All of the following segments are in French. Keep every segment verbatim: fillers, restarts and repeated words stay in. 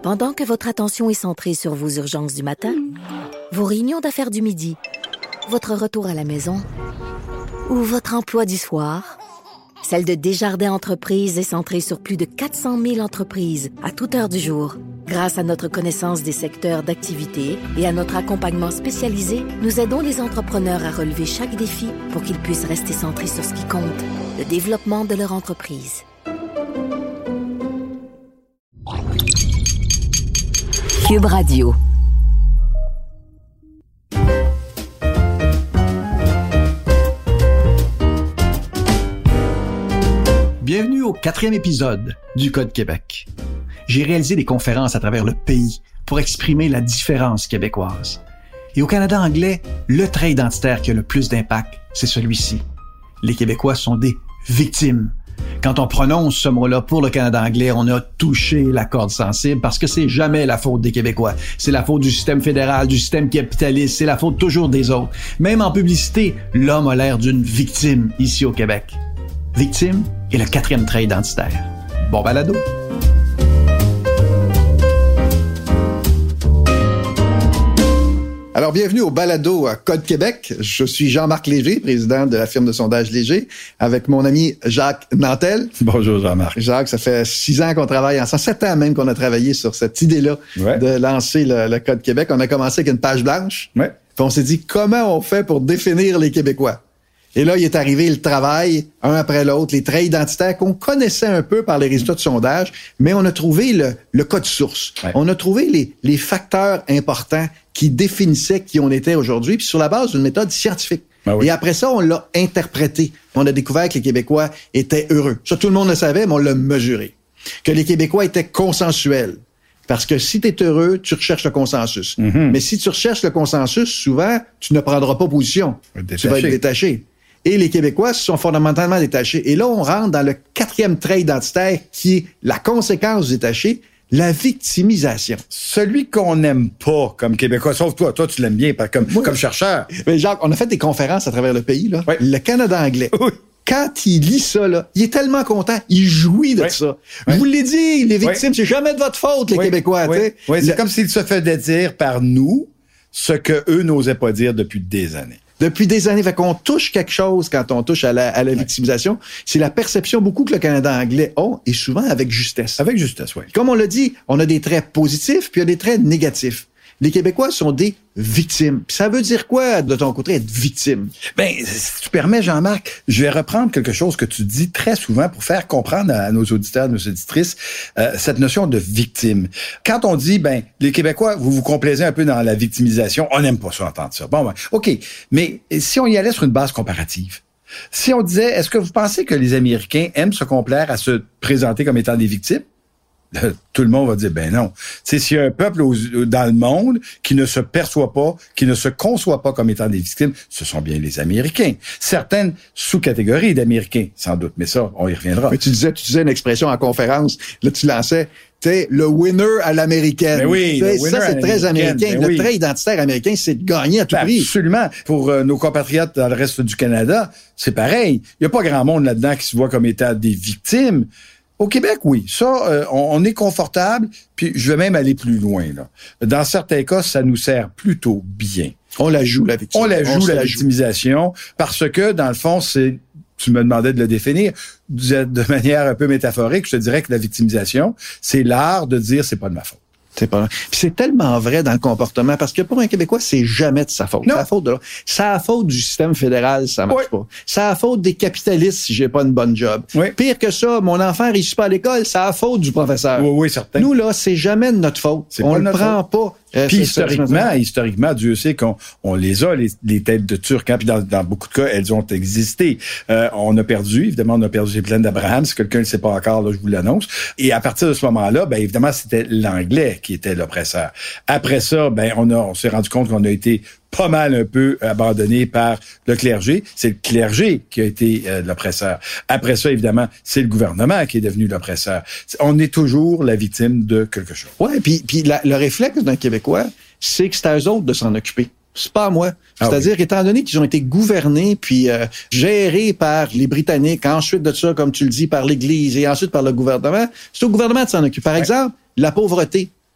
Pendant que votre attention est centrée sur vos urgences du matin, vos réunions d'affaires du midi, votre retour à la maison ou votre emploi du soir, celle de Desjardins Entreprises est centrée sur plus de quatre cent mille entreprises à toute heure du jour. Grâce à notre connaissance des secteurs d'activité et à notre accompagnement spécialisé, nous aidons les entrepreneurs à relever chaque défi pour qu'ils puissent rester centrés sur ce qui compte, le développement de leur entreprise. Cube Radio. Bienvenue au quatrième épisode du Code Québec. J'ai réalisé des conférences à travers le pays pour exprimer la différence québécoise. Et au Canada anglais, le trait identitaire qui a le plus d'impact, c'est celui-ci. Les Québécois sont des victimes. Quand on prononce ce mot-là pour le Canada anglais, on a touché la corde sensible parce que c'est jamais la faute des Québécois. C'est la faute du système fédéral, du système capitaliste, c'est la faute toujours des autres. Même en publicité, l'homme a l'air d'une victime ici au Québec. Victime est le quatrième trait identitaire. Bon balado! Alors, bienvenue au balado à Code Québec. Je suis Jean-Marc Léger, président de la firme de sondage Léger, avec mon ami Jacques Nantel. Bonjour Jean-Marc. Jacques, ça fait six ans qu'on travaille ensemble, sept ans même qu'on a travaillé sur cette idée-là ouais. de lancer le, le Code Québec. On a commencé avec une page blanche. Ouais. Puis on s'est dit, comment on fait pour définir les Québécois? Et là, il est arrivé le travail, un après l'autre, les traits identitaires qu'on connaissait un peu par les résultats de sondage, mais on a trouvé le, le code source. Ouais. On a trouvé les, les facteurs importants qui définissaient qui on était aujourd'hui, puis sur la base d'une méthode scientifique. Ben oui. Et après ça, on l'a interprété. On a découvert que les Québécois étaient heureux. Ça, tout le monde le savait, mais on l'a mesuré. Que les Québécois étaient consensuels. Parce que si tu es heureux, tu recherches le consensus. Mm-hmm. Mais si tu recherches le consensus, souvent, tu ne prendras pas position. Tu vas être détaché. Et les Québécois se sont fondamentalement détachés. Et là, on rentre dans le quatrième trait identitaire qui est la conséquence du détaché, la victimisation. Celui qu'on n'aime pas comme Québécois, sauf toi, toi tu l'aimes bien comme, oui. comme chercheur. Mais Jacques, on a fait des conférences à travers le pays, là. Oui. Le Canada anglais. Oui. Quand il lit ça, là, il est tellement content, il jouit de oui. ça. Oui. Je vous l'ai dit, les victimes, oui. c'est jamais de votre faute, les oui. Québécois. Oui, t'sais. oui. c'est le... comme s'il se faisait dire par nous ce que eux n'osaient pas dire depuis des années. Depuis des années, fait qu'on touche quelque chose quand on touche à la, à la ouais. victimisation. C'est la perception beaucoup que le Canada anglais a, et souvent avec justesse. Avec justesse, oui. Comme on l'a dit, on a des traits positifs, puis il y a des traits négatifs. Les Québécois sont des victimes. Puis ça veut dire quoi, de ton côté, être victime? Ben, si tu permets, Jean-Marc, je vais reprendre quelque chose que tu dis très souvent pour faire comprendre à nos auditeurs, à nos auditrices, euh, cette notion de victime. Quand on dit, ben, les Québécois, vous vous complaisez un peu dans la victimisation, on n'aime pas ça, entendre ça. Bon, ben, OK. Mais si on y allait sur une base comparative, si on disait, est-ce que vous pensez que les Américains aiment se complaire à se présenter comme étant des victimes? Tout le monde va dire, ben non. Tu sais, s'il y a un peuple au, dans le monde qui ne se perçoit pas, qui ne se conçoit pas comme étant des victimes, ce sont bien les Américains. Certaines sous-catégories d'Américains, sans doute, mais ça, on y reviendra. Mais tu disais, tu disais une expression en conférence, là, tu lançais, tu sais, le winner à l'américaine. Mais oui, le winner ça, c'est très américain. Ben le oui. trait identitaire américain, c'est de gagner à tout ben prix. Absolument. Pour euh, nos compatriotes dans le reste du Canada, c'est pareil. Il n'y a pas grand monde là-dedans qui se voit comme étant des victimes. Au Québec, oui. Ça, euh, on, on est confortable, puis je vais même aller plus loin, là. Dans certains cas, ça nous sert plutôt bien. On la joue, la victimisation. On la joue, on la, la victimisation, joue. Parce que, dans le fond, c'est... Tu me demandais de le définir. De manière un peu métaphorique, je te dirais que la victimisation, c'est l'art de dire « c'est pas de ma faute ». C'est pas. Puis c'est tellement vrai dans le comportement parce que pour un Québécois, c'est jamais de sa faute. C'est la faute de c'est la faute du système fédéral, ça marche oui. pas. C'est la faute des capitalistes si j'ai pas une bonne job. Oui. Pire que ça, mon enfant réussit pas à l'école, c'est la faute du professeur. Oui, oui, certain. Nous là, c'est jamais de notre faute. C'est on pas le prend faute. pas. Euh, puis historiquement, historiquement, Dieu sait qu'on on les a, les, les têtes de Turcs, hein, puis dans, dans beaucoup de cas, elles ont existé. Euh, on a perdu, évidemment, on a perdu les plaines d'Abraham, si quelqu'un ne le sait pas encore, là, je vous l'annonce. Et à partir de ce moment-là, ben évidemment, c'était l'anglais qui était l'oppresseur. Après ça, ben on a, on s'est rendu compte qu'on a été pas mal un peu abandonné par le clergé. C'est le clergé qui a été euh, l'oppresseur. Après ça, évidemment, c'est le gouvernement qui est devenu l'oppresseur. On est toujours la victime de quelque chose. Ouais, puis puis la, le réflexe d'un Québécois, c'est que c'est à eux autres de s'en occuper. C'est pas à moi. Ah C'est-à-dire, oui. étant donné qu'ils ont été gouvernés puis euh, gérés par les Britanniques, ensuite de ça, comme tu le dis, par l'Église et ensuite par le gouvernement, c'est au gouvernement de s'en occuper. Par ouais. exemple, la pauvreté.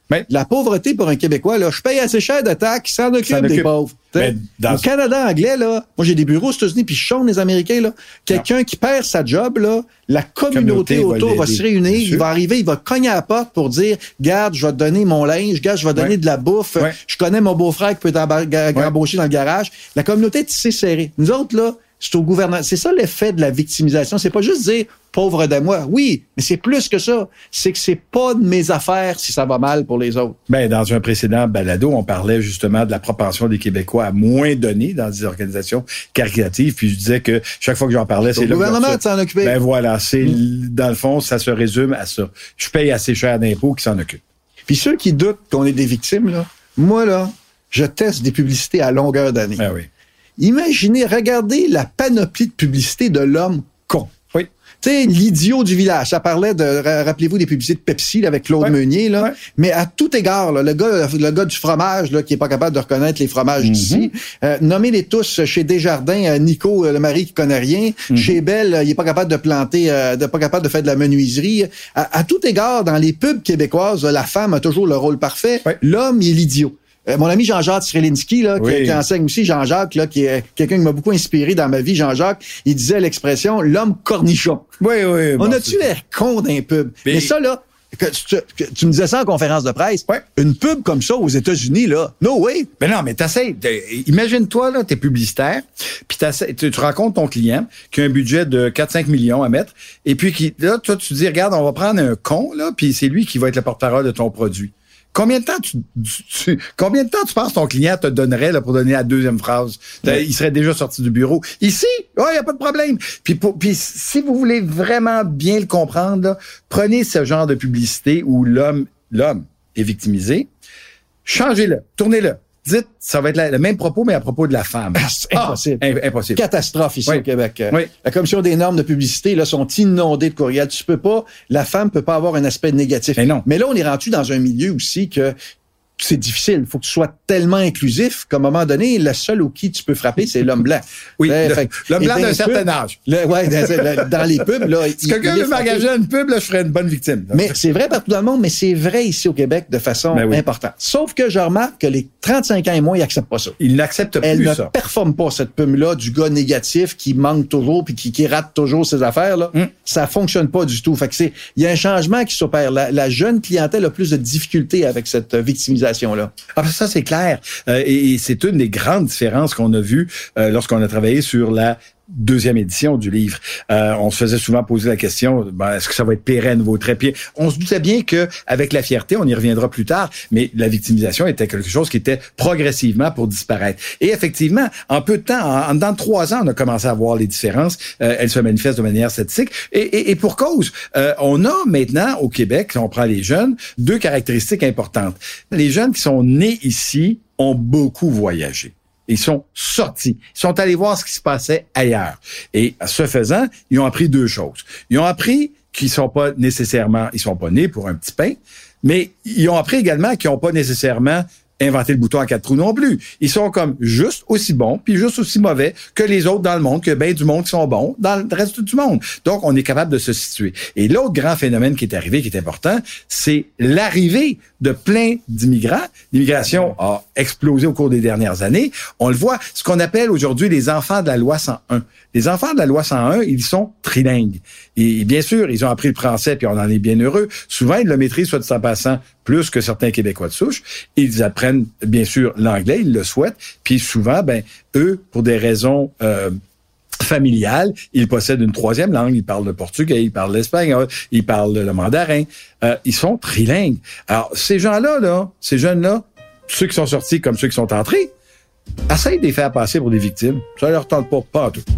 Mais, la pauvreté pour un Québécois, là, je paye assez cher de taxes, qui s'en occupe des pauvres. Mais dans... Au Canada anglais, là, moi j'ai des bureaux aux États-Unis, puis je chante les Américains, là. Quelqu'un non. qui perd sa job, là, la communauté, communauté autour va, va se réunir, il va arriver, il va cogner à la porte pour dire, garde, je vais te donner mon linge, garde, je vais te donner ouais. de la bouffe, ouais. je connais mon beau-frère qui peut t'embaucher ouais. dans le garage. La communauté est tissée serrée. Nous autres, là, c'est au gouvernement. C'est ça l'effet de la victimisation. C'est pas juste dire pauvre de moi. Oui, mais c'est plus que ça. C'est que c'est pas de mes affaires si ça va mal pour les autres. Ben, dans un précédent balado, on parlait justement de la propension des Québécois à moins donner dans des organisations caritatives. Puis je disais que chaque fois que j'en parlais, c'est, c'est le gouvernement de s'en occuper. Ben voilà, c'est mmh. dans le fond, ça se résume à ça. Je paye assez cher d'impôts qui s'en occupent. Puis ceux qui doutent qu'on est des victimes, là, moi là, je teste des publicités à longueur d'année. Ben oui. Imaginez, regardez la panoplie de publicité de l'homme con. Oui. Tu sais, l'idiot du village. Ça parlait de, rappelez-vous des publicités de Pepsi là, avec Claude ouais. Meunier, là. Ouais. Mais à tout égard, là, le gars, le gars du fromage, là, qui est pas capable de reconnaître les fromages mm-hmm. d'ici. Euh, nommez-les tous chez Desjardins, euh, Nico, euh, le mari qui connaît rien. Mm-hmm. Chez Bell, euh, il est pas capable de planter, euh, de pas capable de faire de la menuiserie. À, à tout égard, dans les pubs québécoises, la femme a toujours le rôle parfait. Ouais. L'homme, il est l'idiot. Euh, mon ami Jean-Jacques Srelinski, là, oui. qui, qui enseigne aussi, Jean-Jacques, là, qui est quelqu'un qui m'a beaucoup inspiré dans ma vie, Jean-Jacques, il disait l'expression « l'homme cornichon ». Oui, oui. On bon, a-tu l'air con d'un pub? Mais, Mais ça, là, que tu, que, tu me disais ça en conférence de presse, ouais. une pub comme ça aux États-Unis, là, no way! Ben non, mais t'essayes. Imagine-toi, là, t'es publicitaire, puis tu, tu rencontres ton client qui a un budget de quatre à cinq millions à mettre, et puis qui, là, toi, tu dis, regarde, on va prendre un con, là, puis c'est lui qui va être le porte-parole de ton produit. Combien de temps tu, tu, tu combien de temps tu penses ton client te donnerait là, pour donner la deuxième phrase? Ouais. Il serait déjà sorti du bureau. Ici, il oh, n'y a pas de problème. Puis, pour, puis si vous voulez vraiment bien le comprendre, là, prenez ce genre de publicité où l'homme, l'homme est victimisé, changez-le, tournez-le. Dites, ça va être la, le même propos, mais à propos de la femme. Ah, c'est impossible. Ah, impossible. Catastrophe ici oui. au Québec. Oui. La Commission des normes de publicité là sont inondées de courriels. Tu peux pas, la femme peut pas avoir un aspect négatif. Mais non. Mais là, on est rendu dans un milieu aussi que c'est difficile. Il faut que tu sois tellement inclusif qu'à un moment donné, le seul au qui tu peux frapper, c'est l'homme blanc. Oui, euh, le, fait, l'homme blanc d'un certain âge. Le, ouais, dans, dans les pubs, là. Si quelqu'un veut m'engager une pub, là, je ferais une bonne victime. Là. Mais c'est vrai partout dans le monde, mais c'est vrai ici au Québec de façon ben oui. importante. Sauf que je remarque que les trente-cinq ans et moins, ils n'acceptent pas ça. Ils n'acceptent plus Elle ça. Elle ne performe pas cette pub-là du gars négatif qui manque toujours puis qui, qui rate toujours ses affaires, là. Mm. Ça fonctionne pas du tout. Fait que c'est, il y a un changement qui s'opère. La, la jeune clientèle a plus de difficultés avec cette victimisation-là. Ah, ça, c'est clair. Euh, et, et c'est une des grandes différences qu'on a vues euh, lorsqu'on a travaillé sur la deuxième édition du livre. Euh, on se faisait souvent poser la question, ben, est-ce que ça va être pérenne, vos trépieds? On se doutait bien que avec la fierté, on y reviendra plus tard, mais la victimisation était quelque chose qui était progressivement pour disparaître. Et effectivement, en peu de temps, en, en dans trois ans, on a commencé à voir les différences. Euh, elles se manifestent de manière statistique. Et, et, et pour cause, euh, on a maintenant au Québec, si on prend les jeunes, deux caractéristiques importantes. Les jeunes qui sont nés ici ont beaucoup voyagé. Ils sont sortis. Ils sont allés voir ce qui se passait ailleurs. Et ce faisant, ils ont appris deux choses. Ils ont appris qu'ils sont pas nécessairement, ils sont pas nés pour un petit pain, mais ils ont appris également qu'ils n'ont pas nécessairement inventé le bouton à quatre trous non plus. Ils sont comme juste aussi bons, puis juste aussi mauvais que les autres dans le monde, que ben du monde qui sont bons dans le reste du monde. Donc, on est capable de se situer. Et l'autre grand phénomène qui est arrivé, qui est important, c'est l'arrivée de plein d'immigrants. L'immigration a explosé au cours des dernières années. On le voit, ce qu'on appelle aujourd'hui les enfants de la loi cent un. Les enfants de la loi cent un, ils sont trilingues. Et bien sûr, ils ont appris le français, puis on en est bien heureux. Souvent, ils le maîtrisent, soit dit en passant, plus que certains Québécois de souche. Ils apprennent, bien sûr, l'anglais, ils le souhaitent. Puis souvent, ben eux, pour des raisons euh, familiales, ils possèdent une troisième langue. Ils parlent le portugais, ils parlent l'espagnol, ils parlent le mandarin. Euh, ils sont trilingues. Alors, ces gens-là, là, ces jeunes-là, ceux qui sont sortis comme ceux qui sont entrés, essayent de les faire passer pour des victimes. Ça leur tente pas, pas en tout.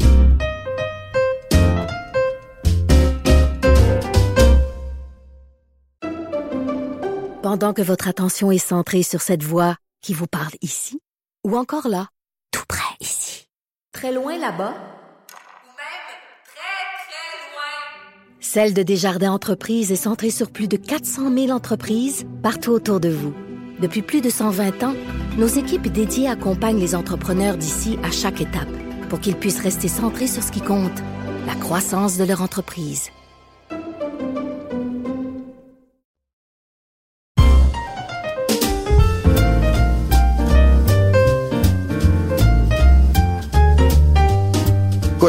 Pendant que votre attention est centrée sur cette voix qui vous parle ici, ou encore là, tout près ici, très loin là-bas, ou même très, très loin, celle de Desjardins Entreprises est centrée sur plus de quatre cent mille entreprises partout autour de vous. Depuis plus de cent vingt ans, nos équipes dédiées accompagnent les entrepreneurs d'ici à chaque étape pour qu'ils puissent rester centrés sur ce qui compte, la croissance de leur entreprise.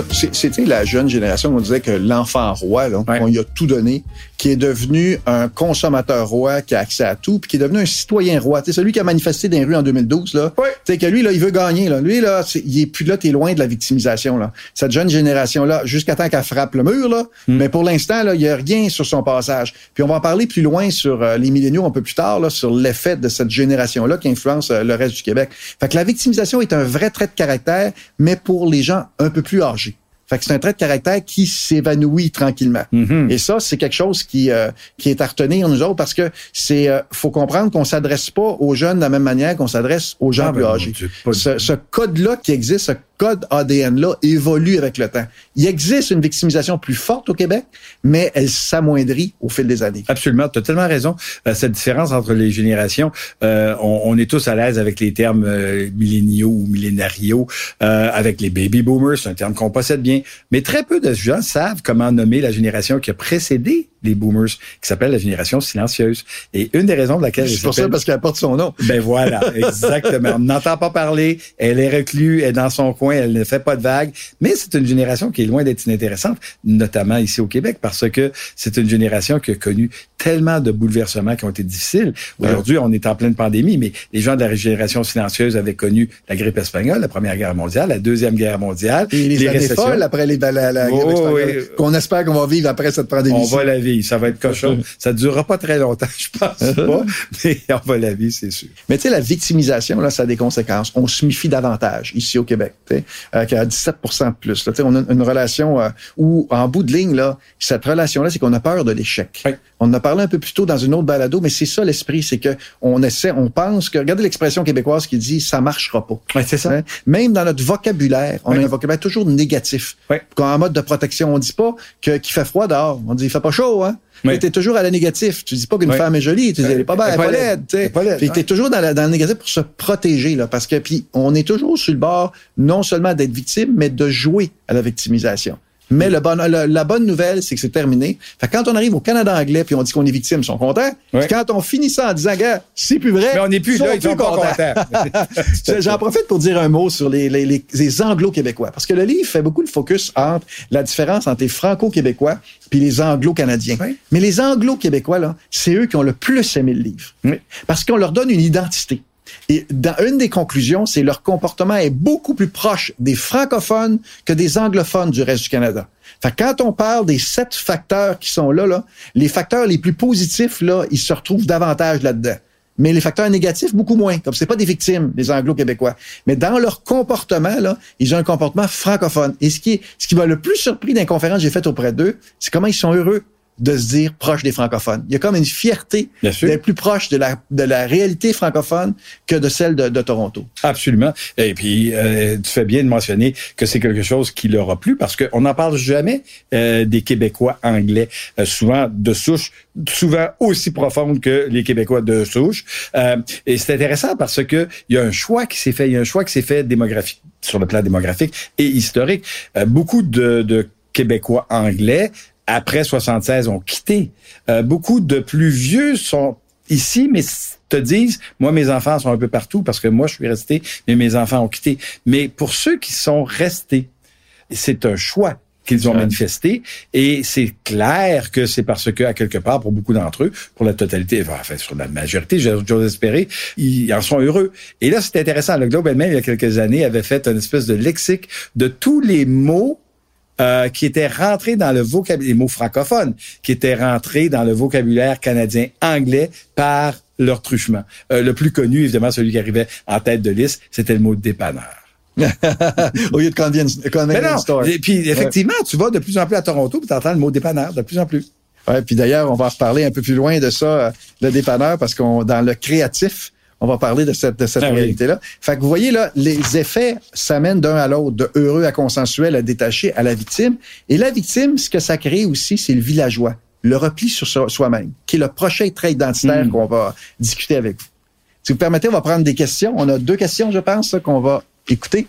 Écoute, c'est, c'était la jeune génération, on disait que l'enfant roi, là, ouais. on y a tout donné, qui est devenu un consommateur roi, qui a accès à tout, puis qui est devenu un citoyen roi. Tu sais, celui qui a manifesté dans les rues en deux mille douze, là. Ouais. Tu sais, que lui, là, il veut gagner, là. Lui, là, c'est, il est plus là, t'es loin de la victimisation, là. Cette jeune génération-là, jusqu'à temps qu'elle frappe le mur, là. Mm. Mais pour l'instant, là, il y a rien sur son passage. Puis on va en parler plus loin sur euh, les milléniaux un peu plus tard, là, sur l'effet de cette génération-là qui influence euh, le reste du Québec. Fait que la victimisation est un vrai trait de caractère, mais pour les gens un peu plus âgés. Fait que c'est un trait de caractère qui s'évanouit tranquillement. Mm-hmm. Et ça, c'est quelque chose qui euh, qui est à retenir nous autres parce que c'est euh, faut comprendre qu'on s'adresse pas aux jeunes de la même manière qu'on s'adresse aux gens ah, plus ben, âgés. Dieu, ce, ce code-là qui existe, ce code A D N-là évolue avec le temps. Il existe une victimisation plus forte au Québec, mais elle s'amoindrit au fil des années. Absolument, tu as tellement raison. Euh, cette différence entre les générations, euh, on, on est tous à l'aise avec les termes euh, milléniaux ou millénarios, euh, avec les baby boomers, c'est un terme qu'on possède bien, mais très peu de gens savent comment nommer la génération qui a précédé les boomers, qui s'appelle la génération silencieuse. Et une des raisons de laquelle... C'est pour ça, parce qu'elle porte son nom. Ben voilà, exactement. On n'entend pas parler, elle est reclue, elle est dans son coin, elle ne fait pas de vagues, mais c'est une génération qui est loin d'être inintéressante, notamment ici au Québec, parce que c'est une génération qui a connu tellement de bouleversements qui ont été difficiles. Aujourd'hui, on est en pleine pandémie, mais les gens de la génération silencieuse avaient connu la grippe espagnole, la Première Guerre mondiale, la Deuxième Guerre mondiale, et les, les années récessions. Folles après les, la, la, la grippe oh, espagnole, oui. qu'on espère qu'on va vivre après cette pandémie. On va la vivre. Ça va être cochon. Ça ne durera pas très longtemps, je pense pas, mais on va la vivre, c'est sûr. Mais tu sais, la victimisation, là, ça a des conséquences. On se méfie davantage ici au Québec, tu sais, euh, qu'à dix-sept pour cent de plus. Là, on a une relation euh, où, en bout de ligne, là, cette relation-là, c'est qu'on a peur de l'échec. Oui. On en a parlé un peu plus tôt dans une autre balado, mais c'est ça l'esprit, c'est que on essaie, on pense que, regardez l'expression québécoise qui dit « ça marchera pas ». Oui, c'est ça. Hein? Même dans notre vocabulaire, on oui. a un vocabulaire toujours négatif. Oui. En mode de protection, on dit pas que qu'il fait froid dehors, on dit « il fait pas chaud ». Hein? Oui. T'es toujours à la négative. Tu dis pas qu'une oui. femme est jolie, tu dis elle est pas belle, elle est pas laide, tu sais. Puis t'es toujours dans, la, dans le négatif pour se protéger là, parce que puis on est toujours sur le bord non seulement d'être victime, mais de jouer à la victimisation. Mais le bon, le, la bonne nouvelle, c'est que c'est terminé. Fait que quand on arrive au Canada anglais puis on dit qu'on est victime, ils sont contents. Oui. Quand on finit ça en disant, gars, c'est plus vrai. Mais on n'est plus là, ils sont pas contents. J'en profite pour dire un mot sur les, les, les, les Anglo-Québécois. Parce que le livre fait beaucoup de focus entre la différence entre les Franco-Québécois puis les Anglo-Canadiens. Oui. Mais les Anglo-Québécois, là, c'est eux qui ont le plus aimé le livre. Oui. Parce qu'on leur donne une identité. Et dans une des conclusions, c'est leur comportement est beaucoup plus proche des francophones que des anglophones du reste du Canada. Fait que quand on parle des sept facteurs qui sont là, là, les facteurs les plus positifs, là, ils se retrouvent davantage là-dedans. Mais les facteurs négatifs, beaucoup moins. Comme c'est pas des victimes, les Anglo-Québécois. Mais dans leur comportement, là, ils ont un comportement francophone. Et ce qui est, ce qui m'a le plus surpris dans les conférences que j'ai faites auprès d'eux, c'est comment ils sont heureux de se dire proche des francophones. Il y a comme une fierté d'être plus proche de la de la réalité francophone que de celle de, de Toronto. Absolument. Et puis, euh, tu fais bien de mentionner que c'est quelque chose qui leur a plu parce qu'on n'en parle jamais euh, des Québécois anglais, euh, souvent de souche, souvent aussi profonde que les Québécois de souche. Euh, et c'est intéressant parce que il y a un choix qui s'est fait, il y a un choix qui s'est fait démographique, sur le plan démographique et historique. Euh, beaucoup de, de Québécois anglais après soixante-seize, ont quitté. Euh, beaucoup de plus vieux sont ici, mais te disent, moi, mes enfants sont un peu partout parce que moi, je suis resté, mais mes enfants ont quitté. Mais pour ceux qui sont restés, c'est un choix qu'ils ont manifesté et c'est clair que c'est parce que, à quelque part, pour beaucoup d'entre eux, pour la totalité, enfin, sur la majorité, j'ose espérer, ils en sont heureux. Et là, c'est intéressant. Le Globe elle-même, il y a quelques années, avait fait une espèce de lexique de tous les mots Euh, qui étaient rentrés dans le vocabulaire, les mots francophones, qui étaient rentrés dans le vocabulaire canadien-anglais par leur truchement. Euh, le plus connu, évidemment, celui qui arrivait en tête de liste, c'était le mot dépanneur. Au lieu de convenience, convenience store. Et puis, effectivement, ouais. Tu vas de plus en plus à Toronto, puis tu entends le mot dépanneur de plus en plus. Ouais, puis d'ailleurs, on va en reparler un peu plus loin de ça, le dépanneur, parce qu'on dans le créatif, on va parler de cette, de cette ah, réalité-là. Oui. Fait que vous voyez, là, les effets s'amènent d'un à l'autre, de heureux à consensuel, à détaché, à la victime. Et la victime, ce que ça crée aussi, c'est le villageois, le repli sur soi-même, qui est le prochain trait identitaire mmh. qu'on va discuter avec vous. Si vous permettez, on va prendre des questions. On a deux questions, je pense, là, qu'on va écouter.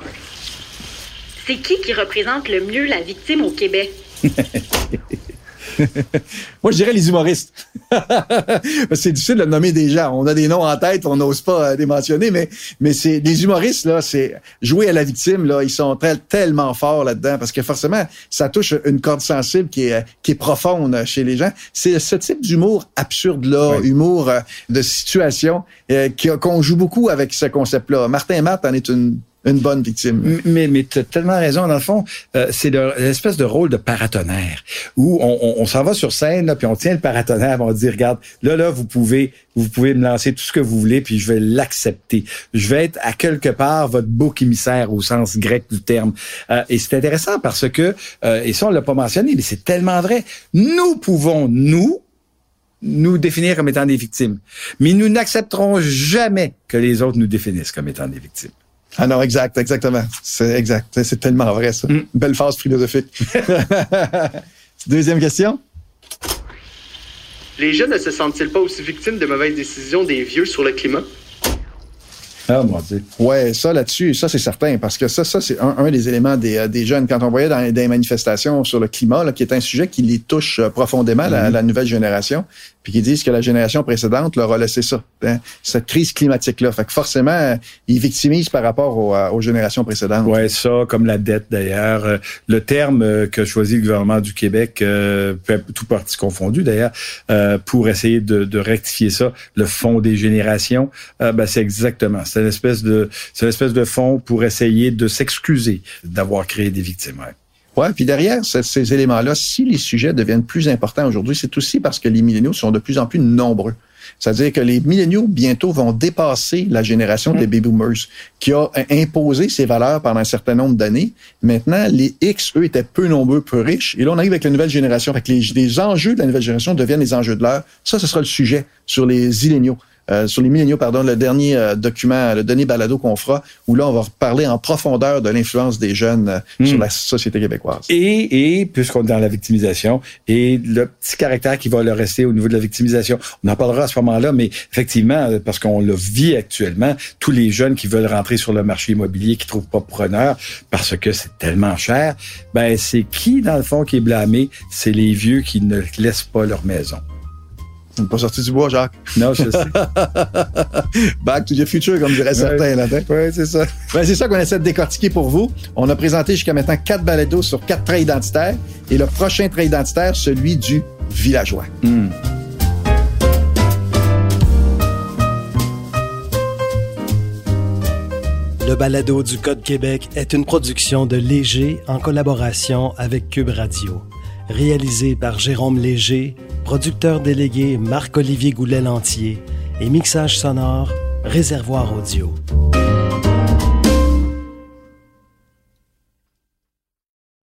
C'est qui qui représente le mieux la victime au Québec? Moi, je dirais les humoristes. C'est difficile de nommer des gens. On a des noms en tête, on n'ose pas les mentionner, mais mais c'est les humoristes, là, c'est jouer à la victime, là, ils sont très, tellement forts là-dedans, parce que forcément, ça touche une corde sensible qui est qui est profonde chez les gens. C'est ce type d'humour absurde-là, oui. humour de situation, euh, qu'on joue beaucoup avec ce concept-là. Martin Matt en est une une bonne victime. Mais, mais tu as tellement raison. Dans le fond, euh, c'est l'espèce de rôle de paratonnerre où on, on, on s'en va sur scène, là, puis on tient le paratonnerre, on dit, regarde, là, là, vous pouvez vous pouvez me lancer tout ce que vous voulez, puis je vais l'accepter. Je vais être à quelque part votre bouc émissaire au sens grec du terme. Euh, et c'est intéressant parce que, euh, et ça, on l'a pas mentionné, mais c'est tellement vrai, nous pouvons, nous, nous définir comme étant des victimes. Mais nous n'accepterons jamais que les autres nous définissent comme étant des victimes. Ah non, exact, exactement. C'est exact. C'est tellement vrai, ça. Mm. Belle phase philosophique. Deuxième question. Les jeunes ne se sentent-ils pas aussi victimes de mauvaises décisions des vieux sur le climat? Ah, mon Dieu. Ouais, ça là-dessus, ça c'est certain, parce que ça, ça c'est un, un des éléments des, des jeunes. Quand on voyait dans, dans les manifestations sur le climat, là, qui est un sujet qui les touche profondément, mm-hmm. la, la nouvelle génération, puis qui disent que la génération précédente leur a laissé ça, hein, cette crise climatique-là. Fait que forcément, ils victimisent par rapport aux, aux générations précédentes. Ouais, ça, comme la dette d'ailleurs. Le terme que choisit le gouvernement du Québec, euh, tout parti confondu d'ailleurs, euh, pour essayer de, de rectifier ça, le fonds des générations, euh, ben c'est exactement. C'est une espèce de, c'est une espèce de fonds pour essayer de s'excuser d'avoir créé des victimes. Ouais. Ouais, puis derrière ces, ces éléments-là, si les sujets deviennent plus importants aujourd'hui, c'est aussi parce que les milléniaux sont de plus en plus nombreux. C'est-à-dire que les milléniaux, bientôt, vont dépasser la génération des baby boomers, qui a imposé ces valeurs pendant un certain nombre d'années. Maintenant, les X, eux, étaient peu nombreux, peu riches. Et là, on arrive avec la nouvelle génération. Fait que les, les enjeux de la nouvelle génération deviennent les enjeux de l'heure. Ça, ce sera le sujet sur les zilléniaux. Euh, sur les milléniaux, pardon, le dernier euh, document, le dernier balado qu'on fera, où là, on va reparler en profondeur de l'influence des jeunes euh, mmh. sur la société québécoise. Et, et puisqu'on est dans la victimisation, et le petit caractère qui va leur rester au niveau de la victimisation, on en parlera à ce moment-là, mais effectivement, parce qu'on le vit actuellement, tous les jeunes qui veulent rentrer sur le marché immobilier, qui trouvent pas preneur, parce que c'est tellement cher, ben c'est qui, dans le fond, qui est blâmé? C'est les vieux qui ne laissent pas leur maison. On n'est pas sorti du bois, Jacques. Non, je sais. Back to the future, comme diraient certains. Là, oui, c'est ça. Ben, c'est ça qu'on essaie de décortiquer pour vous. On a présenté jusqu'à maintenant quatre balados sur quatre traits identitaires. Et le prochain trait identitaire, celui du villageois. Mm. Le balado du Code Québec est une production de Léger en collaboration avec Cube Radio. Réalisé par Jérôme Léger, producteur délégué Marc-Olivier Goulet-Lantier et mixage sonore Réservoir Audio.